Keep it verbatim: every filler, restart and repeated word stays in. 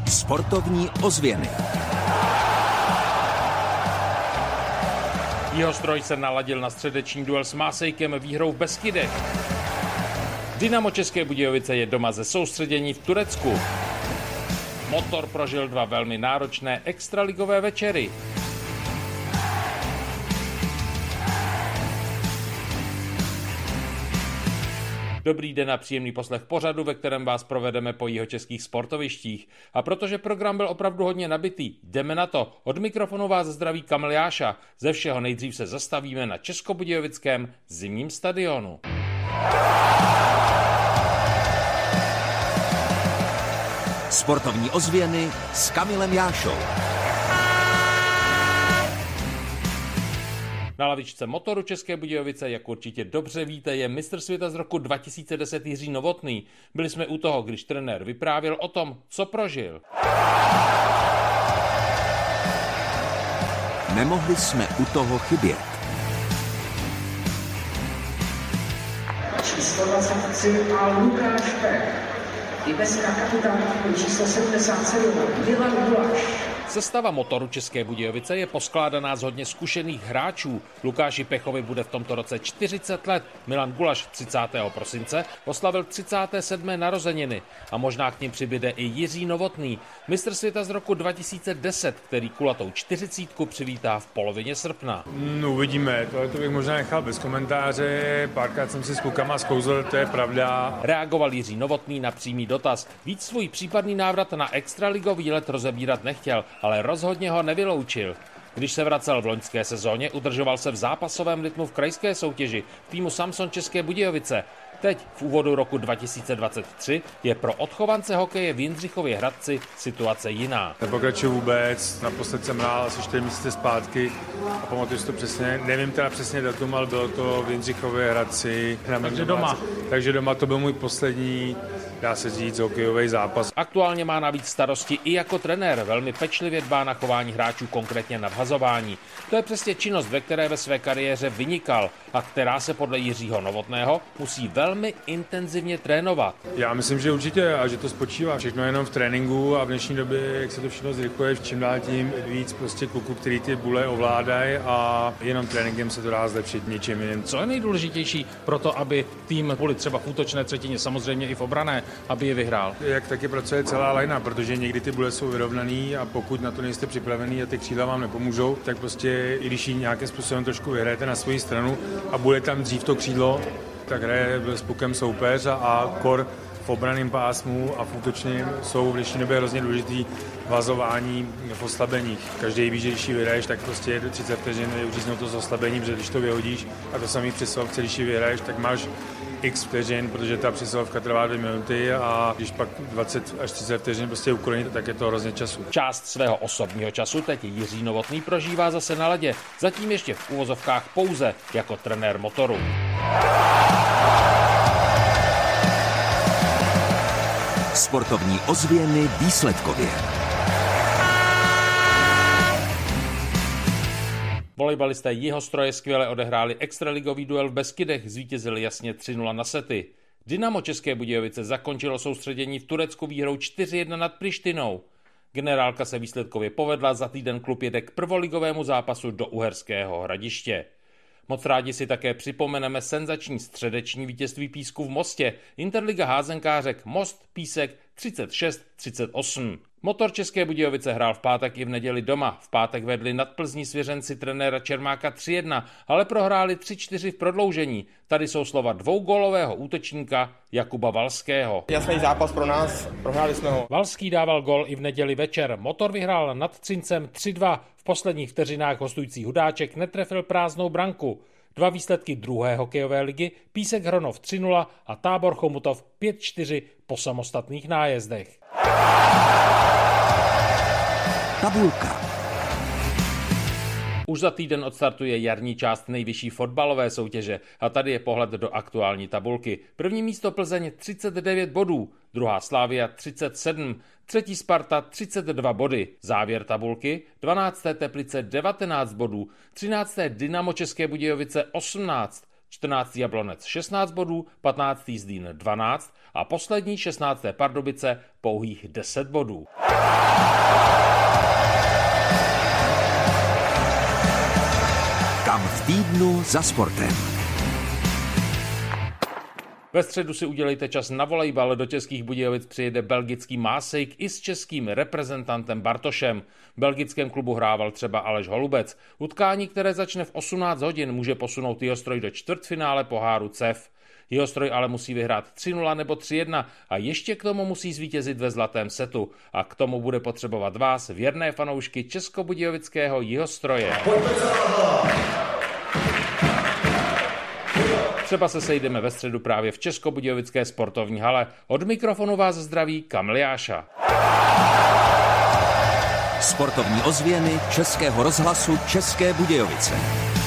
Sportovní ozvěny. Jihostroj se naladil na středeční duel s Másajíkem výhrou v Beskydech. Dynamo České Budějovice je doma ze soustředění v Turecku. Motor prožil dva velmi náročné extraligové večery. Dobrý den a příjemný poslech pořadu, ve kterém vás provedeme po jihočeských sportovištích. A protože program byl opravdu hodně nabitý, jdeme na to. Od mikrofonu vás zdraví Kamil Jáša. Ze všeho nejdřív se zastavíme na českobudějovickém zimním stadionu. Sportovní ozvěny s Kamilem Jášou. Na lavičce Motoru České Budějovice, jak určitě dobře víte, je mistr světa z roku dva tisíce deset Jiří Novotný. Byli jsme u toho, když trenér vyprávěl o tom, co prožil. Nemohli jsme u toho chybět. Číslo dvacet tři a Lukáš Pech. Ibeska kapitán číslo sedmdesát sedm Milan Gulaš. Sestava Motoru České Budějovice je poskládaná z hodně zkušených hráčů. Lukáši Pechovi bude v tomto roce čtyřicet let. Milan Gulaš třicátého prosince oslavil třicáté sedmé narozeniny. A možná k nim přibyde i Jiří Novotný, mistr světa z roku dva tisíce deset, který kulatou čtyřicítku přivítá v polovině srpna. No uvidíme, tohle to bych možná nechal bez komentáře. Párkrát jsem si s klukama zkouzl, to je pravda. Reagoval Jiří Novotný na přímý dotaz. Víc svůj případný návrat na extraligový let rozebírat nechtěl, ale rozhodně ho nevyloučil. Když se vracel v loňské sezóně, udržoval se v zápasovém rytmu v krajské soutěži v týmu Samson České Budějovice. Teď, v úvodu roku dva tisíce dvacet tři, je pro odchovance hokeje v Jindřichově Hradci situace jiná. Nepokračuju vůbec, naposled jsem hrál asi čtyři měsíce zpátky a pamatuju si to přesně, nevím teda přesně datum, ale bylo to v Jindřichově Hradci. Takže doma. Takže doma to byl můj poslední, dá se říct, hokejový zápas. Aktuálně má navíc starosti i jako trenér, velmi pečlivě dbá na chování hráčů, konkrétně nadhazování. To je přesně činnost, ve které ve své kariéře vynikal a která se podle Jiřího Novotného musí velmi intenzivně trénovat. Já myslím, že určitě a že to spočívá všechno jenom v tréninku a v dnešní době, jak se to všechno zrychluje, čím dál tím víc prostě kluků, který ty bule ovládají a jenom tréninkem se to dá zlepšit něčím jiným. Co je nejdůležitější pro to, aby tým byli třeba v útočné třetině, samozřejmě i v obrané, aby je vyhrál? Jak taky pracuje celá lajna, protože někdy ty bule jsou vyrovnaný a pokud na to nejste připravený a ty křídla vám nepomůžou, tak prostě i když ji nějakým způsobem trošku vyhrajete na svoji stranu a bude tam dřív to křídlo, tak hraje s pukem soupeř a kor v obraném pásmu a v útočném jsou v dnešní době hrozně důležitý vazování v oslabeních. Každý ví, že když ji vyhraješ, tak prostě do třicet vteřin uříznout to s oslabením, protože když to vyhodíš a to samý přesilovce, když ji vyhraješ, tak máš x vteřin, protože ta přesilovka trvá dvě minuty a když pak dvacet až třicet vteřin prostě ukroníte, tak je to hrozně času. Část svého osobního času teď Jiří Novotný prožívá zase na ledě, zatím ještě v uvozovkách pouze jako trenér Motoru. Sportovní ozvěny výsledkově. Volejbalisté Jihostroje skvěle odehráli extraligový duel v Beskydech, zvítězili jasně tři nula na sety. Dynamo České Budějovice zakončilo soustředění v Turecku výhrou čtyři jedna nad Prištinou. Generálka se výsledkově povedla, za týden klub jede k prvoligovému zápasu do Uherského Hradiště. Moc rádi si také připomeneme senzační středeční vítězství Písku v Mostě. Interliga házenkářek Most Písek třicet šest třicet osm. Motor České Budějovice hrál v pátek i v neděli doma. V pátek vedli nad Plzní svěřenci trenéra Čermáka tři jedna, ale prohráli tři čtyři v prodloužení. Tady jsou slova dvougólového útočníka Jakuba Valského. Jasný zápas pro nás, prohráli jsme ho. Valský dával gól i v neděli večer. Motor vyhrál nad Třincem tři dva. V posledních vteřinách hostující Hudáček netrefil prázdnou branku. Dva výsledky druhé hokejové ligy, Písek Hronov tři nula a Tábor Chomutov pět čtyři po samostatných nájezdech. Tabulka. Už za týden odstartuje jarní část nejvyšší fotbalové soutěže a tady je pohled do aktuální tabulky. První místo Plzeň třicet devět bodů, druhá Slavia třicet sedm, třetí Sparta třicet dva body. Závěr tabulky, dvanácté Teplice devatenáct bodů, třinácté Dynamo České Budějovice osmnáct, čtrnáctý Jablonec šestnáct bodů, patnáctý Zlín dvanáct a poslední šestnácté Pardubice pouhých deset bodů. Kam v týdnu za sportem. Ve středu si udělejte čas na volejbal, do Českých Budějovic přijede belgický Mássejk i s českým reprezentantem Bartošem. V belgickém klubu hrával třeba Aleš Holubec. Utkání, které začne v osmnáct hodin, může posunout Jihostroj do čtvrtfinále poháru C E F. Jihostroj ale musí vyhrát tři nula nebo tři jedna a ještě k tomu musí zvítězit ve zlatém setu. A k tomu bude potřebovat vás, věrné fanoušky českobudějovického Jihostroje. Třeba se sejdeme ve středu právě v Českobudějovické sportovní hale. Od mikrofonu vás zdraví Kamil Jáša. Sportovní ozvěny Českého rozhlasu České Budějovice.